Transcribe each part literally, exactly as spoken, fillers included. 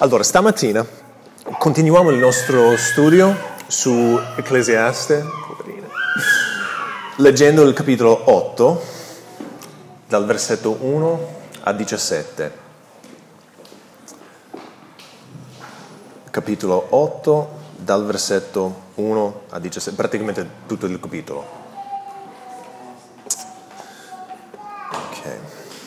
Allora, stamattina continuiamo il nostro studio su Ecclesiaste, leggendo il capitolo otto, dal versetto uno a diciassette. Capitolo otto, dal versetto uno a diciassette, praticamente tutto il capitolo. Ok.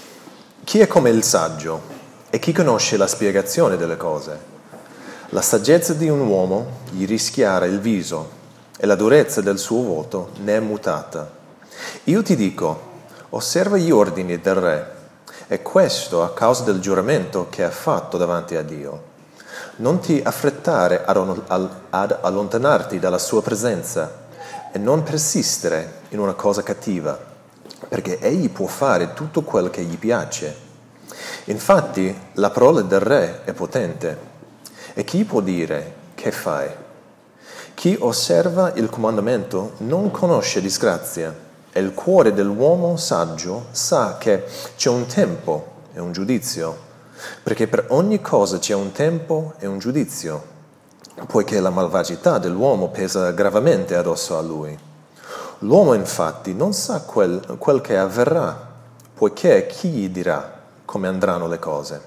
Chi è come il saggio? E chi conosce la spiegazione delle cose? La saggezza di un uomo gli rischiara il viso e la durezza del suo volto ne è mutata. Io ti dico, osserva gli ordini del re, e questo a causa del giuramento che ha fatto davanti a Dio. Non ti affrettare ad allontanarti dalla sua presenza e non persistere in una cosa cattiva, perché egli può fare tutto quello che gli piace. Infatti, la parola del re è potente, e chi può dire, che fai? Chi osserva il comandamento non conosce disgrazia, e il cuore dell'uomo saggio sa che c'è un tempo e un giudizio, perché per ogni cosa c'è un tempo e un giudizio, poiché la malvagità dell'uomo pesa gravemente addosso a lui. L'uomo infatti non sa quel, quel che avverrà, poiché chi gli dirà come andranno le cose.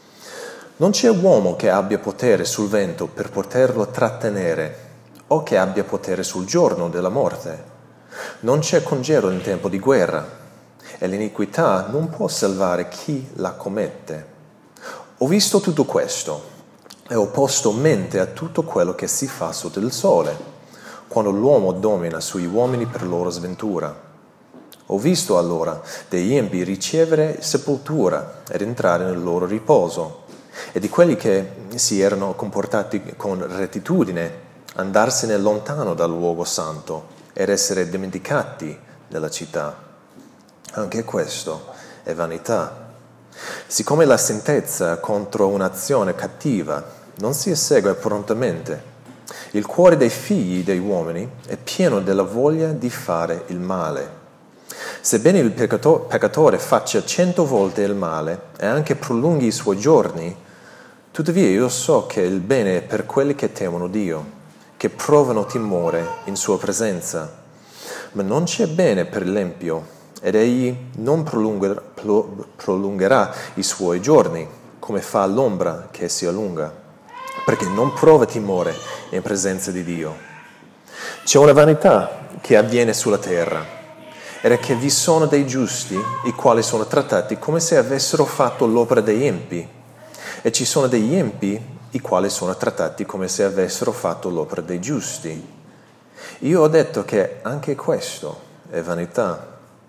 Non c'è uomo che abbia potere sul vento per poterlo trattenere, o che abbia potere sul giorno della morte. Non c'è congedo in tempo di guerra, e l'iniquità non può salvare chi la commette. Ho visto tutto questo, e ho posto mente a tutto quello che si fa sotto il sole, quando l'uomo domina sugli uomini per loro sventura. Ho visto allora degli empi ricevere sepoltura ed entrare nel loro riposo, e di quelli che si erano comportati con rettitudine andarsene lontano dal luogo santo ed essere dimenticati della città. Anche questo è vanità. Siccome la sentenza contro un'azione cattiva non si esegue prontamente, il cuore dei figli degli uomini è pieno della voglia di fare il male. Sebbene il peccatore faccia cento volte il male e anche prolunghi i suoi giorni, tuttavia io so che il bene è per quelli che temono Dio, che provano timore in sua presenza. Ma non c'è bene per l'empio, ed egli non prolungherà, prolungherà i suoi giorni, come fa l'ombra che si allunga, perché non prova timore in presenza di Dio. C'è una vanità che avviene sulla terra, ed è che vi sono dei giusti, i quali sono trattati come se avessero fatto l'opera degli empi, e ci sono degli empi, i quali sono trattati come se avessero fatto l'opera dei giusti. Io ho detto che anche questo è vanità.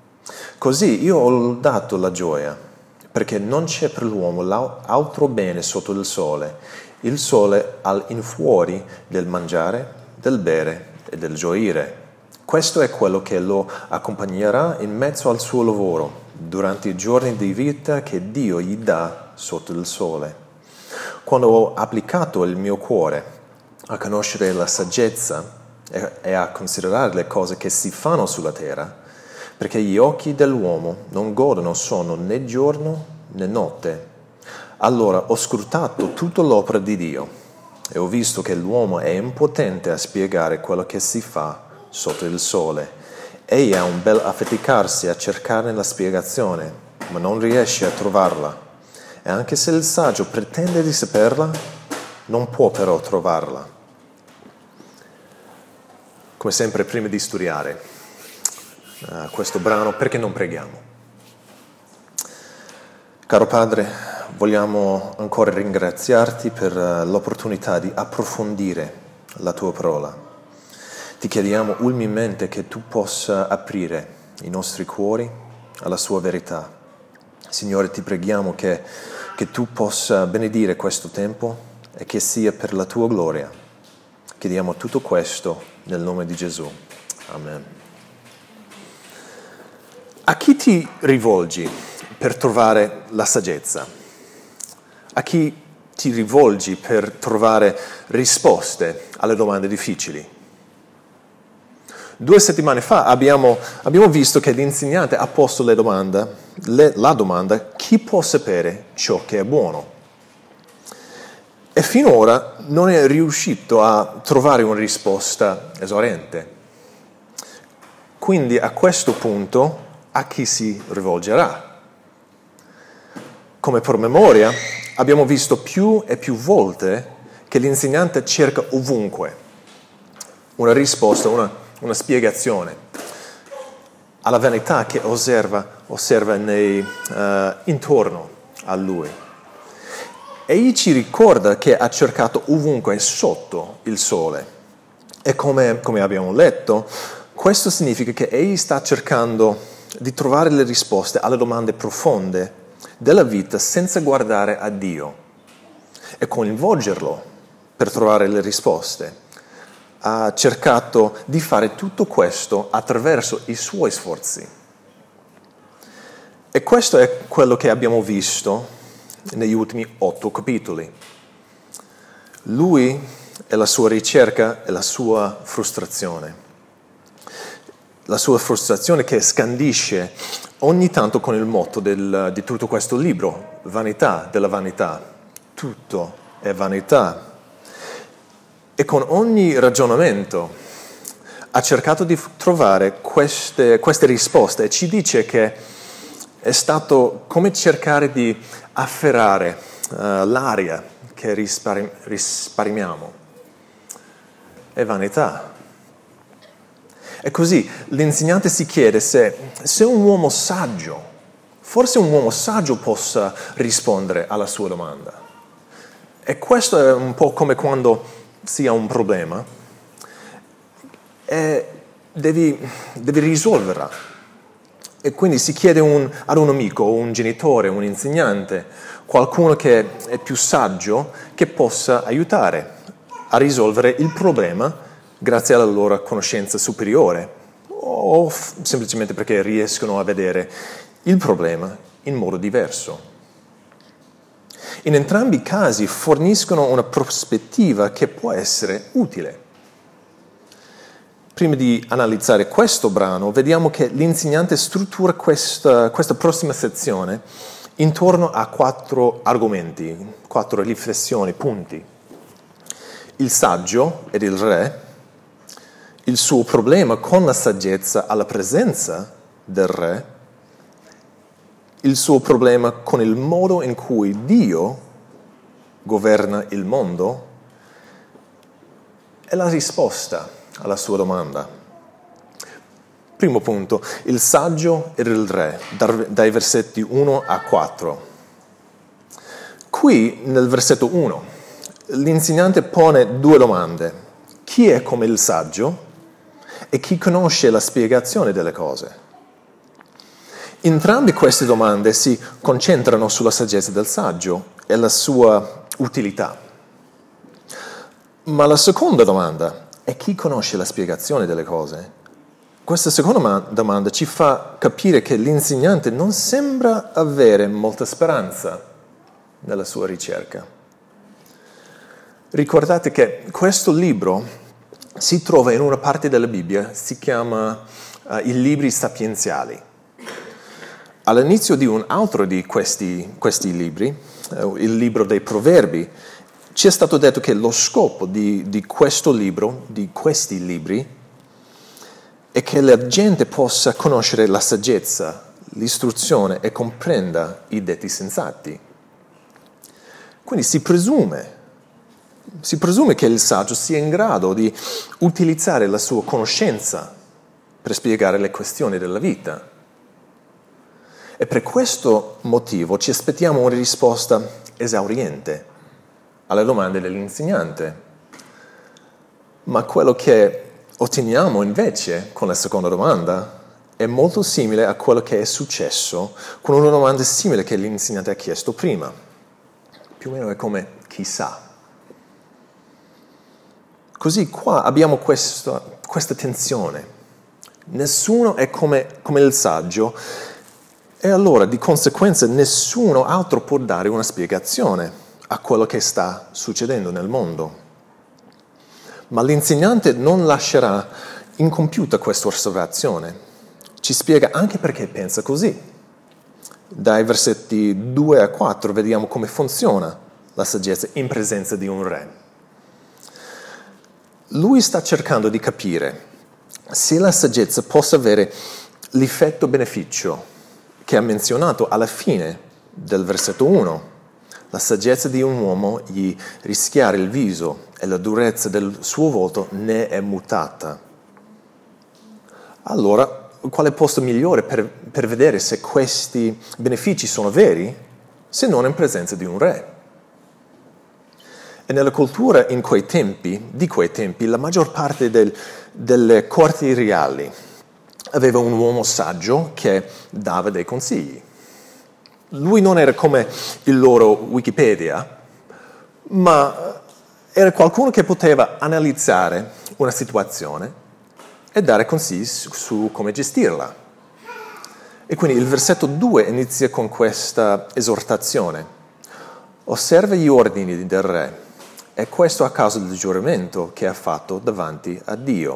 Così io ho dato la gioia, perché non c'è per l'uomo altro bene sotto il sole, il sole al in fuori del mangiare, del bere e del gioire. Questo è quello che lo accompagnerà in mezzo al suo lavoro, durante i giorni di vita che Dio gli dà sotto il sole. Quando ho applicato il mio cuore a conoscere la saggezza e a considerare le cose che si fanno sulla terra, perché gli occhi dell'uomo non godono sonno né giorno né notte, allora ho scrutato tutta l'opera di Dio e ho visto che l'uomo è impotente a spiegare quello che si fa sotto il sole. Egli ha un bel affaticarsi a cercarne la spiegazione, ma non riesce a trovarla. E anche se il saggio pretende di saperla, non può però trovarla. Come sempre, prima di studiare uh, questo brano, perché non preghiamo? Caro Padre, vogliamo ancora ringraziarti per uh, l'opportunità di approfondire la tua parola. Ti chiediamo umilmente che tu possa aprire i nostri cuori alla sua verità. Signore, ti preghiamo che, che tu possa benedire questo tempo e che sia per la tua gloria. Chiediamo tutto questo nel nome di Gesù. Amen. A chi ti rivolgi per trovare la saggezza? A chi ti rivolgi per trovare risposte alle domande difficili? Due settimane fa abbiamo, abbiamo visto che l'insegnante ha posto le domande, le, la domanda: chi può sapere ciò che è buono? E finora non è riuscito a trovare una risposta esauriente. Quindi a questo punto a chi si rivolgerà? Come promemoria abbiamo visto più e più volte che l'insegnante cerca ovunque una risposta, una, una spiegazione alla vanità che osserva, osserva nei, uh, intorno a lui. Egli ci ricorda che ha cercato ovunque sotto il sole. E come, come abbiamo letto, questo significa che egli sta cercando di trovare le risposte alle domande profonde della vita senza guardare a Dio e coinvolgerlo per trovare le risposte. Ha cercato di fare tutto questo attraverso i suoi sforzi. E questo è quello che abbiamo visto negli ultimi otto capitoli. Lui e la sua ricerca e la sua frustrazione. La sua frustrazione che scandisce ogni tanto con il motto del, di tutto questo libro, vanità della vanità. Tutto è vanità. E con ogni ragionamento ha cercato di trovare queste, queste risposte e ci dice che è stato come cercare di afferrare uh, l'aria che risparmi, risparmiamo. È vanità. E così l'insegnante si chiede se, se un uomo saggio, forse un uomo saggio possa rispondere alla sua domanda. E questo è un po' come quando si ha un problema e devi, devi risolverla. E quindi si chiede un, ad un amico, un genitore, un insegnante, qualcuno che è più saggio che possa aiutare a risolvere il problema grazie alla loro conoscenza superiore o f- semplicemente perché riescono a vedere il problema in modo diverso. In entrambi i casi forniscono una prospettiva che può essere utile. Prima di analizzare questo brano, vediamo che l'insegnante struttura questa, questa prossima sezione intorno a quattro argomenti, quattro riflessioni, punti. Il saggio ed il re, il suo problema con la saggezza alla presenza del re, il suo problema con il modo in cui Dio governa il mondo e la risposta alla sua domanda. Primo punto, il saggio ed il re, dai versetti uno a quattro. Qui, nel versetto uno, l'insegnante pone due domande. Chi è come il saggio e chi conosce la spiegazione delle cose? Entrambe queste domande si concentrano sulla saggezza del saggio e la sua utilità. Ma la seconda domanda è chi conosce la spiegazione delle cose? Questa seconda domanda ci fa capire che l'insegnante non sembra avere molta speranza nella sua ricerca. Ricordate che questo libro si trova in una parte della Bibbia, si chiama uh, i libri sapienziali. All'inizio di un altro di questi, questi libri, uh, il libro dei Proverbi, ci è stato detto che lo scopo di, di questo libro, di questi libri, è che la gente possa conoscere la saggezza, l'istruzione e comprenda i detti sensati. Quindi si presume, si presume che il saggio sia in grado di utilizzare la sua conoscenza per spiegare le questioni della vita. E per questo motivo ci aspettiamo una risposta esauriente alle domande dell'insegnante. Ma quello che otteniamo invece con la seconda domanda è molto simile a quello che è successo con una domanda simile che l'insegnante ha chiesto prima. Più o meno è come chissà. Così qua abbiamo questa, questa tensione. Nessuno è come, come il saggio e allora di conseguenza nessuno altro può dare una spiegazione a quello che sta succedendo nel mondo. Ma l'insegnante non lascerà incompiuta questa osservazione. Ci spiega anche perché pensa così. Dai versetti due a quattro vediamo come funziona la saggezza in presenza di un re. Lui sta cercando di capire se la saggezza possa avere l'effetto beneficio che ha menzionato alla fine del versetto uno. La saggezza di un uomo gli rischiara il viso e la durezza del suo volto ne è mutata. Allora, quale posto migliore per, per vedere se questi benefici sono veri se non in presenza di un re? E nella cultura in quei tempi, di quei tempi, la maggior parte del, delle corti reali aveva un uomo saggio che dava dei consigli. Lui non era come il loro Wikipedia, ma era qualcuno che poteva analizzare una situazione e dare consigli su come gestirla. E quindi il versetto due inizia con questa esortazione. Osserva gli ordini del re, e questo a causa del giuramento che ha fatto davanti a Dio.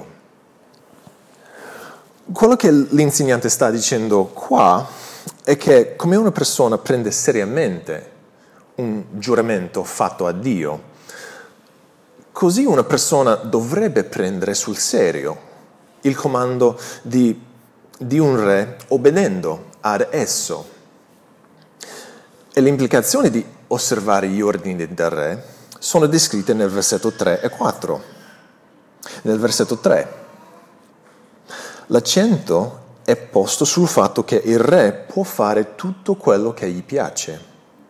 Quello che l'insegnante sta dicendo qua è che come una persona prende seriamente un giuramento fatto a Dio, così una persona dovrebbe prendere sul serio il comando di, di un re obbedendo ad esso. E le implicazioni di osservare gli ordini del re sono descritte nel versetto tre e quattro. Nel versetto tre, l'accento è posto sul fatto che il re può fare tutto quello che gli piace.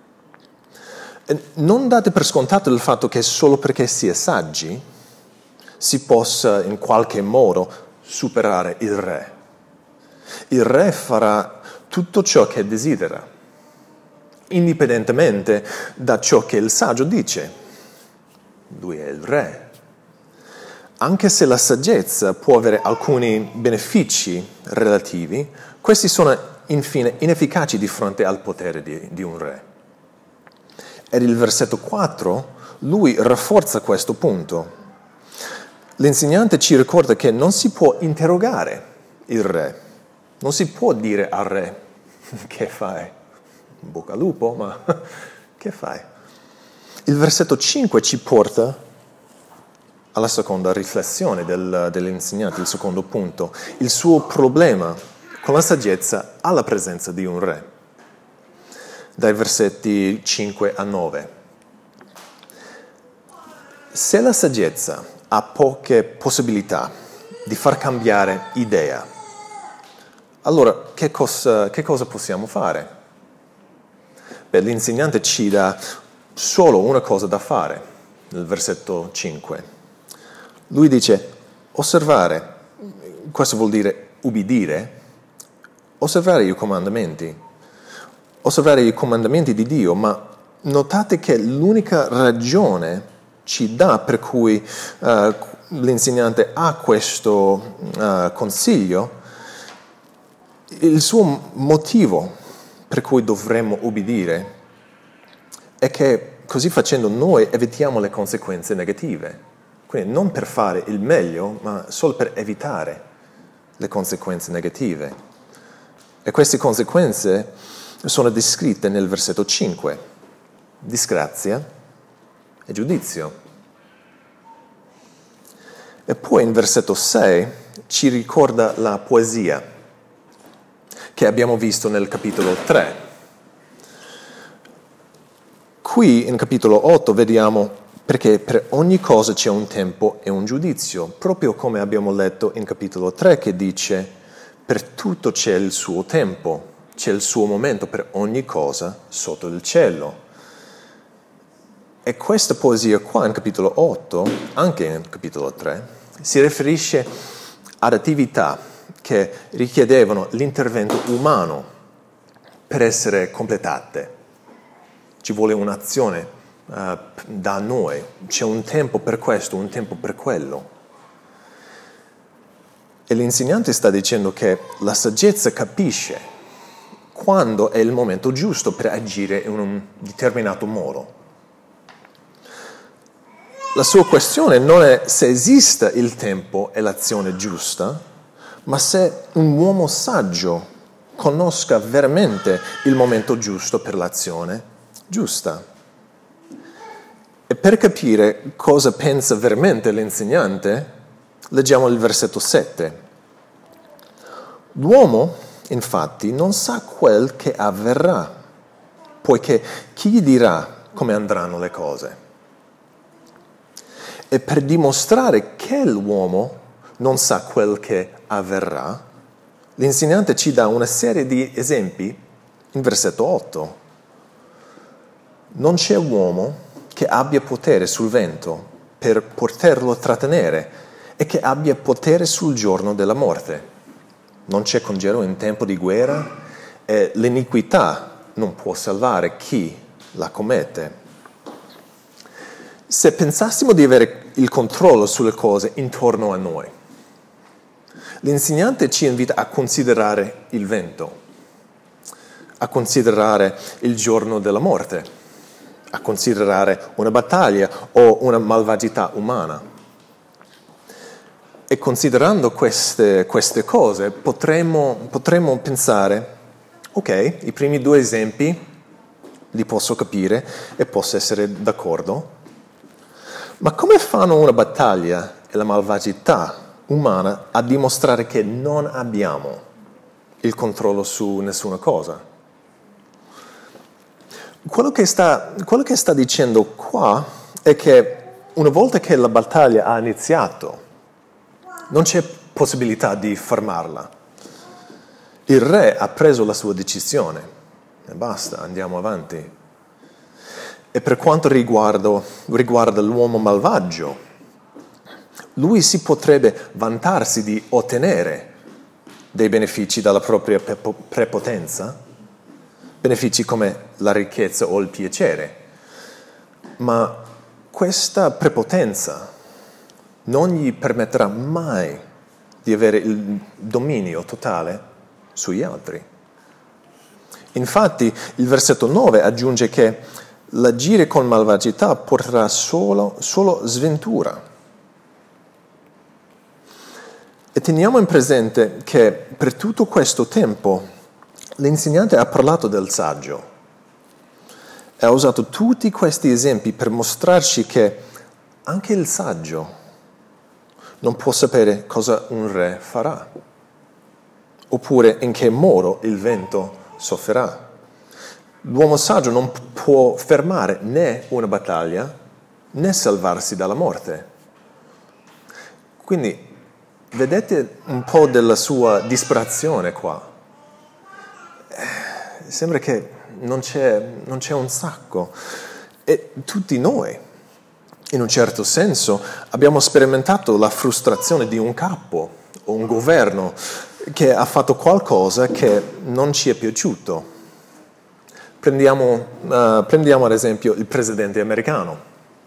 E non date per scontato il fatto che solo perché si è saggi si possa in qualche modo superare il re. Il re farà tutto ciò che desidera, indipendentemente da ciò che il saggio dice. Lui è il re. Anche se la saggezza può avere alcuni benefici relativi, questi sono infine inefficaci di fronte al potere di, di un re. Ed il versetto quattro, lui rafforza questo punto. L'insegnante ci ricorda che non si può interrogare il re, non si può dire al re, che fai? Bocca al lupo, ma che fai? Il versetto cinque ci porta alla seconda riflessione del, dell'insegnante, il secondo punto, il suo problema con la saggezza alla presenza di un re. Dai versetti cinque a nove. Se la saggezza ha poche possibilità di far cambiare idea, allora che cosa, che cosa possiamo fare? Beh, l'insegnante ci dà solo una cosa da fare, nel versetto cinque. Lui dice, osservare, questo vuol dire ubbidire, osservare i comandamenti, osservare i comandamenti di Dio, ma notate che l'unica ragione ci dà per cui uh, l'insegnante ha questo uh, consiglio, il suo motivo per cui dovremmo ubbidire è che così facendo noi evitiamo le conseguenze negative. Quindi non per fare il meglio, ma solo per evitare le conseguenze negative. E queste conseguenze sono descritte nel versetto cinque. Disgrazia e giudizio. E poi in versetto sei ci ricorda la poesia che abbiamo visto nel capitolo tre. Qui in capitolo otto vediamo perché per ogni cosa c'è un tempo e un giudizio, proprio come abbiamo letto in capitolo tre che dice per tutto c'è il suo tempo, c'è il suo momento per ogni cosa sotto il cielo. E questa poesia qua in capitolo otto, anche in capitolo tre, si riferisce ad attività che richiedevano l'intervento umano per essere completate. Ci vuole un'azione uh, da noi, c'è un tempo per questo, un tempo per quello. E l'insegnante sta dicendo che la saggezza capisce quando è il momento giusto per agire in un determinato modo. La sua questione non è se esista il tempo e l'azione giusta, ma se un uomo saggio conosca veramente il momento giusto per l'azione giusta. per capire cosa pensa veramente l'insegnante, leggiamo il versetto sette. L'uomo, infatti, non sa quel che avverrà, poiché chi gli dirà come andranno le cose? E per dimostrare che l'uomo non sa quel che avverrà, l'insegnante ci dà una serie di esempi in versetto otto. Non c'è uomo che abbia potere sul vento per poterlo trattenere e che abbia potere sul giorno della morte. Non c'è congedo in tempo di guerra e l'iniquità non può salvare chi la commette. Se pensassimo di avere il controllo sulle cose intorno a noi, l'insegnante ci invita a considerare il vento, a considerare il giorno della morte, a considerare una battaglia o una malvagità umana. E considerando queste, queste cose potremmo, potremmo pensare, ok, i primi due esempi li posso capire e posso essere d'accordo, ma come fanno una battaglia e la malvagità umana a dimostrare che non abbiamo il controllo su nessuna cosa? Quello che sta, quello che sta dicendo qua è che una volta che la battaglia ha iniziato, non c'è possibilità di fermarla. Il re ha preso la sua decisione e basta, andiamo avanti. E per quanto riguarda, riguarda l'uomo malvagio, lui si potrebbe vantarsi di ottenere dei benefici dalla propria prepotenza, benefici come la ricchezza o il piacere, ma questa prepotenza non gli permetterà mai di avere il dominio totale sugli altri. Infatti, il versetto nove aggiunge che l'agire con malvagità porterà solo, solo sventura. E teniamo in presente che per tutto questo tempo l'insegnante ha parlato del saggio e ha usato tutti questi esempi per mostrarci che anche il saggio non può sapere cosa un re farà, oppure in che modo il vento soffierà. L'uomo saggio non può fermare né una battaglia né salvarsi dalla morte. Quindi vedete un po' della sua disperazione qua. Sembra che non c'è, non c'è un sacco. E tutti noi, in un certo senso, abbiamo sperimentato la frustrazione di un capo o un governo che ha fatto qualcosa che non ci è piaciuto. Prendiamo, uh, prendiamo ad esempio il presidente americano.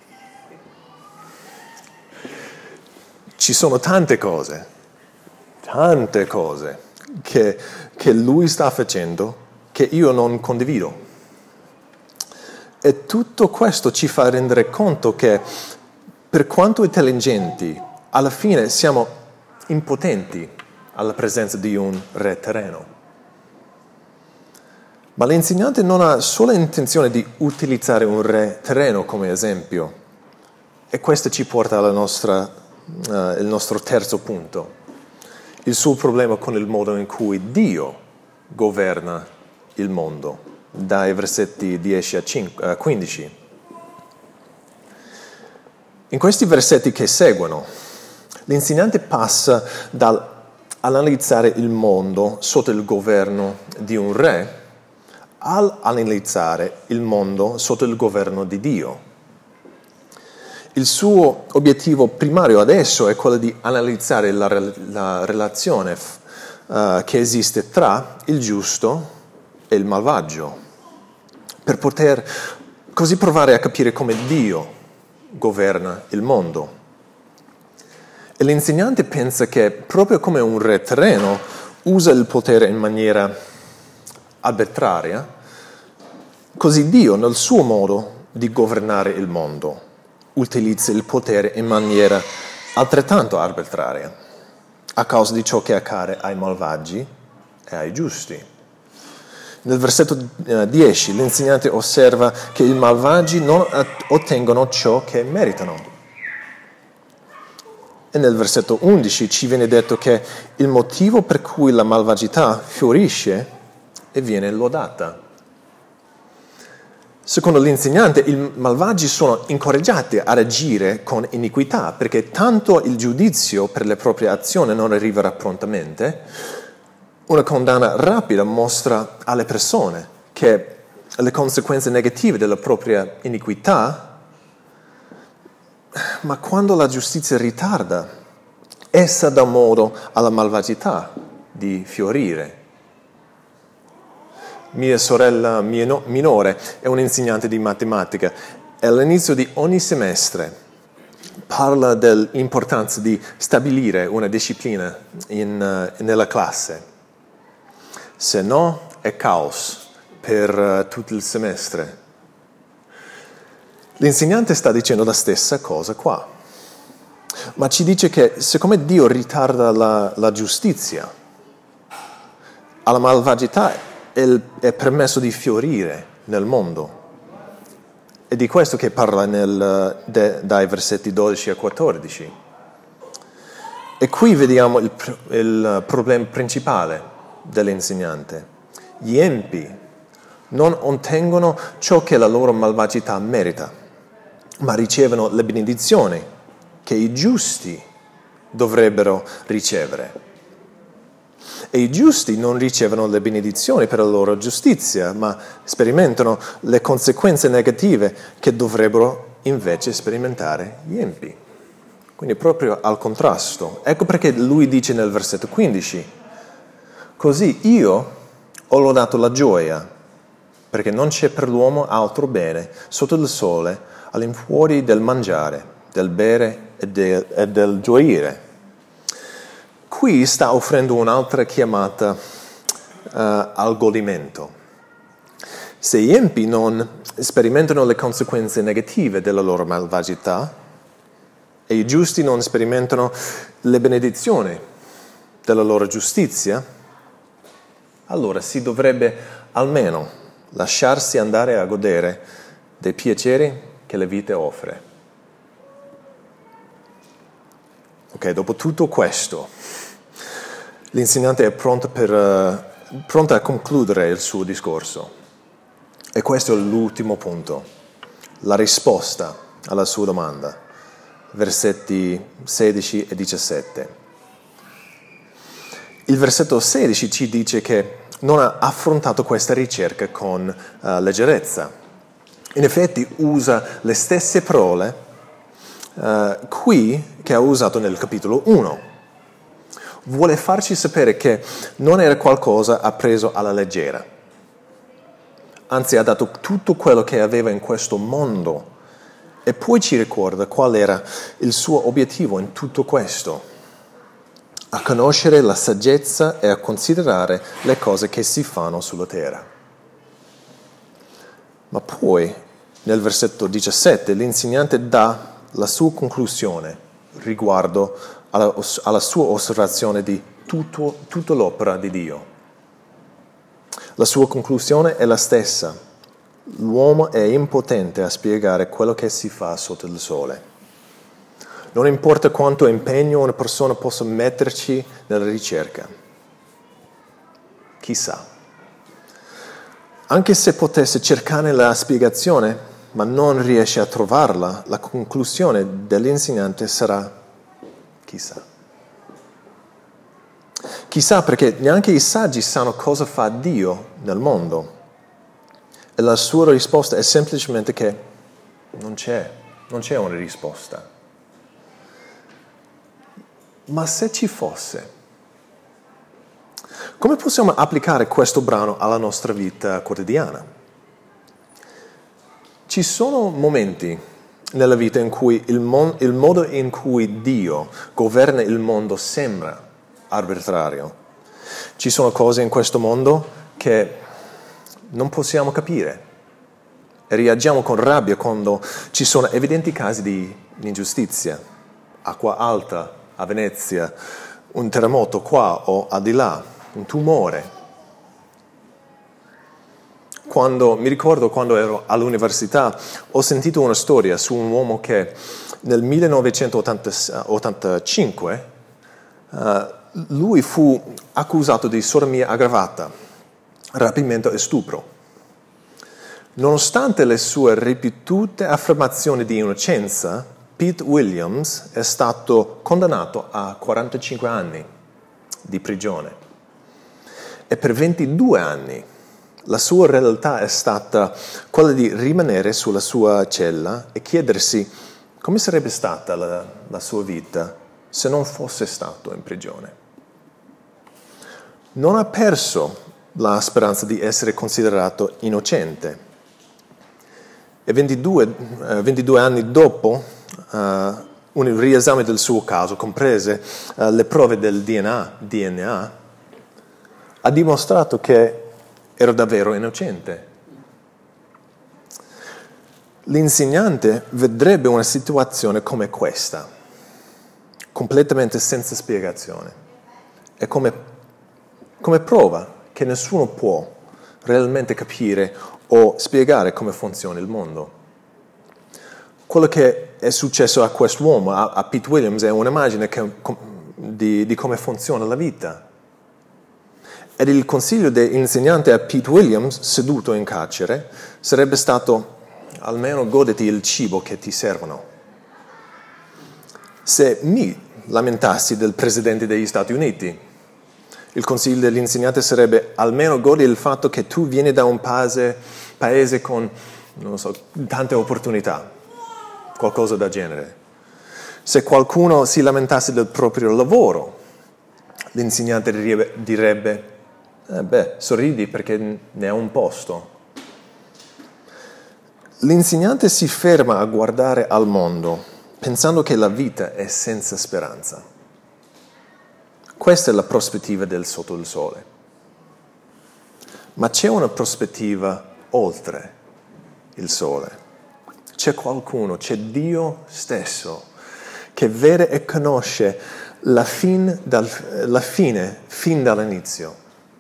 Ci sono tante cose, tante cose che, che lui sta facendo che io non condivido. E tutto questo ci fa rendere conto che, per quanto intelligenti, alla fine siamo impotenti alla presenza di un re terreno. Ma l'insegnante non ha solo intenzione di utilizzare un re terreno come esempio. E questo ci porta alla nostra, uh, il nostro terzo punto. Il suo problema con il modo in cui Dio governa il mondo, dai versetti dieci a quindici. In questi versetti che seguono, l'insegnante passa dall'analizzare il mondo sotto il governo di un re all'analizzare il mondo sotto il governo di Dio. Il suo obiettivo primario adesso è quello di analizzare la, la relazione uh, che esiste tra il giusto e il malvagio, per poter così provare a capire come Dio governa il mondo. E l'insegnante pensa che proprio come un re terreno usa il potere in maniera arbitraria, così Dio, nel suo modo di governare il mondo, utilizza il potere in maniera altrettanto arbitraria, a causa di ciò che accade ai malvagi e ai giusti. Nel versetto dieci l'insegnante osserva che i malvagi non ottengono ciò che meritano. E nel versetto undici ci viene detto che il motivo per cui la malvagità fiorisce e viene lodata. Secondo l'insegnante, i malvagi sono incoraggiati ad agire con iniquità, perché tanto il giudizio per le proprie azioni non arriverà prontamente, una condanna rapida mostra alle persone che le conseguenze negative della propria iniquità. Ma quando la giustizia ritarda, essa dà modo alla malvagità di fiorire. Mia sorella minore è un'insegnante di matematica e all'inizio di ogni semestre parla dell'importanza di stabilire una disciplina in, uh, nella classe. Se no è caos per uh, tutto il semestre. L'insegnante sta dicendo la stessa cosa qua, ma ci dice che siccome Dio ritarda la, la giustizia, alla malvagità è, è permesso di fiorire nel mondo. È di questo che parla nel, de, dai versetti dodici a quattordici. E qui vediamo il, il problema principale dell'insegnante. Gli empi non ottengono ciò che la loro malvagità merita, ma ricevono le benedizioni che i giusti dovrebbero ricevere. E i giusti non ricevono le benedizioni per la loro giustizia, ma sperimentano le conseguenze negative che dovrebbero invece sperimentare gli empi. Quindi proprio al contrasto. Ecco perché lui dice nel versetto quindici, così io ho lodato la gioia, perché non c'è per l'uomo altro bene sotto il sole all'infuori del mangiare, del bere e del, e del gioire. Qui sta offrendo un'altra chiamata uh, al godimento. Se gli empi non sperimentano le conseguenze negative della loro malvagità e i giusti non sperimentano le benedizioni della loro giustizia, allora si dovrebbe almeno lasciarsi andare a godere dei piaceri che la vita offre. Ok, dopo tutto questo, l'insegnante è pronto, per, uh, pronto a concludere il suo discorso. E questo è l'ultimo punto, la risposta alla sua domanda, versetti sedici e diciassette. Il versetto sedici ci dice che non ha affrontato questa ricerca con uh, leggerezza. In effetti usa le stesse parole uh, qui che ha usato nel capitolo uno. Vuole farci sapere che non era qualcosa appreso alla leggera. Anzi, ha dato tutto quello che aveva in questo mondo e poi ci ricorda qual era il suo obiettivo in tutto questo. A conoscere la saggezza e a considerare le cose che si fanno sulla terra. Ma poi, nel versetto diciassette, l'insegnante dà la sua conclusione riguardo alla, alla sua osservazione di tutto, tutta l'opera di Dio. La sua conclusione è la stessa. L'uomo è impotente a spiegare quello che si fa sotto il sole. Non importa quanto impegno una persona possa metterci nella ricerca. Chissà. Anche se potesse cercare la spiegazione, ma non riesce a trovarla, la conclusione dell'insegnante sarà chissà. Chissà perché neanche i saggi sanno cosa fa Dio nel mondo. E la sua risposta è semplicemente che non c'è, non c'è una risposta. Ma se ci fosse, come possiamo applicare questo brano alla nostra vita quotidiana? Ci sono momenti nella vita in cui il, mon- il modo in cui Dio governa il mondo sembra arbitrario. Ci sono cose in questo mondo che non possiamo capire e reagiamo con rabbia quando ci sono evidenti casi di ingiustizia, acqua alta a Venezia, un terremoto qua o al di là, un tumore. quando, mi ricordo quando ero all'università, ho sentito una storia su un uomo che nel millenovecentottantacinque uh, lui fu accusato di sodomia aggravata, rapimento e stupro. Nonostante le sue ripetute affermazioni di innocenza, Pete Williams è stato condannato a quarantacinque anni di prigione e per ventidue anni la sua realtà è stata quella di rimanere sulla sua cella e chiedersi come sarebbe stata la, la sua vita se non fosse stato in prigione. Non ha perso la speranza di essere considerato innocente. E ventidue, eh, ventidue anni dopo, uh, un riesame del suo caso, comprese uh, le prove del D N A, D N A, ha dimostrato che era davvero innocente. L'insegnante vedrebbe una situazione come questa, completamente senza spiegazione, e come, come prova che nessuno può realmente capire o spiegare come funziona il mondo. Quello che è successo a quest'uomo, a, a Pete Williams, è un'immagine che, di, di come funziona la vita. Ed il consiglio dell'insegnante a Pete Williams, seduto in carcere, sarebbe stato: almeno goditi il cibo che ti servono. Se mi lamentassi del Presidente degli Stati Uniti, il consiglio dell'insegnante sarebbe: almeno godi il fatto che tu vieni da un paese, paese con, non so, tante opportunità, qualcosa del genere. Se qualcuno si lamentasse del proprio lavoro, l'insegnante direbbe, direbbe eh beh, sorridi perché ne ha un posto. L'insegnante si ferma a guardare al mondo, pensando che la vita è senza speranza. Questa è la prospettiva del sotto il sole. Ma c'è una prospettiva oltre il sole. C'è qualcuno, c'è Dio stesso, che vede e conosce la, fin dal, la fine fin dall'inizio.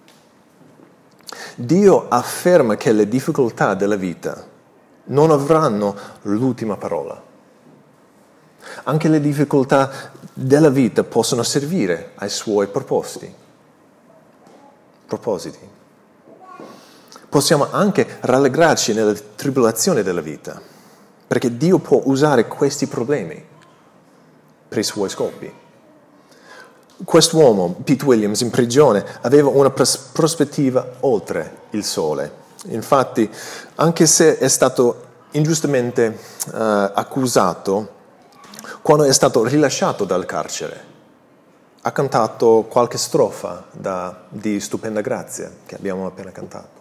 Dio afferma che le difficoltà della vita non avranno l'ultima parola. Anche le difficoltà della vita possono servire ai suoi propositi. propositi. Possiamo anche rallegrarci nelle tribolazioni della vita, perché Dio può usare questi problemi per i suoi scopi. Quest'uomo, Pete Williams, in prigione, aveva una pros- prospettiva oltre il sole. Infatti, anche se è stato ingiustamente uh, accusato, quando è stato rilasciato dal carcere, ha cantato qualche strofa da, di Stupenda Grazia, che abbiamo appena cantato.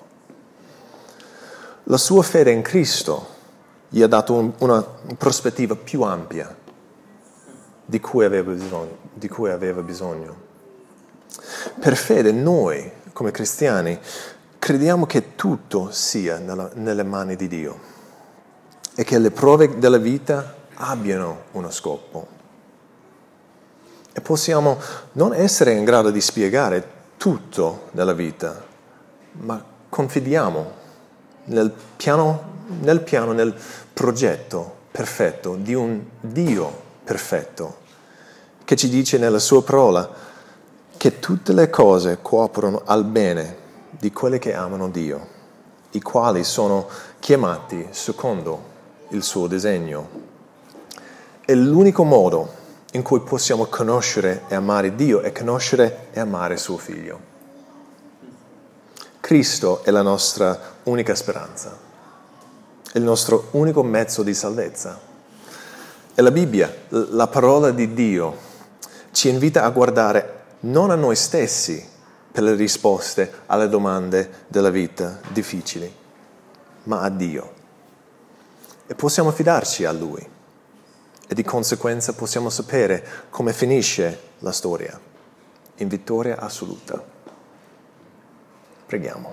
La sua fede in Cristo gli ha dato un, una prospettiva più ampia di cui aveva bisogno, di cui aveva bisogno. Per fede noi, come cristiani, crediamo che tutto sia nella, nelle mani di Dio e che le prove della vita abbiano uno scopo. E possiamo non essere in grado di spiegare tutto nella vita, ma confidiamo nel piano, nel piano, nel progetto perfetto di un Dio perfetto, che ci dice nella sua parola che tutte le cose cooperano al bene di quelli che amano Dio, i quali sono chiamati secondo il suo disegno. E l'unico modo in cui possiamo conoscere e amare Dio è conoscere e amare suo Figlio. Cristo è la nostra unica speranza, è il nostro unico mezzo di salvezza. E la Bibbia, la parola di Dio, ci invita a guardare non a noi stessi per le risposte alle domande della vita difficili, ma a Dio. E possiamo fidarci a Lui. E di conseguenza possiamo sapere come finisce la storia, in vittoria assoluta. Preghiamo.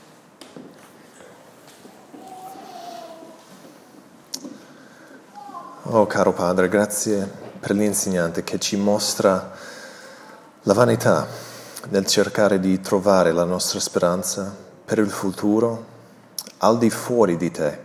Oh caro Padre, grazie per l'insegnante che ci mostra la vanità nel cercare di trovare la nostra speranza per il futuro al di fuori di te.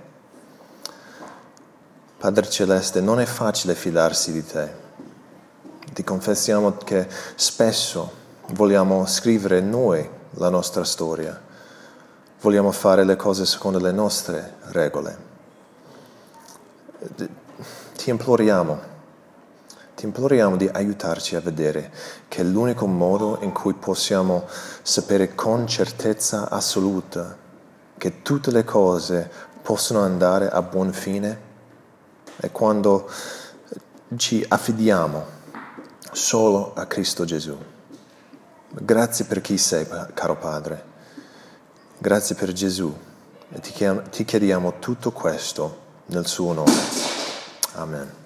Padre Celeste, non è facile fidarsi di te. Ti confessiamo che spesso vogliamo scrivere noi la nostra storia, vogliamo fare le cose secondo le nostre regole. Ti imploriamo, ti imploriamo di aiutarci a vedere che l'unico modo in cui possiamo sapere con certezza assoluta che tutte le cose possono andare a buon fine è quando ci affidiamo solo a Cristo Gesù. Grazie per chi sei, caro Padre. Grazie per Gesù. E ti chiediamo tutto questo nel suo nome. Amen.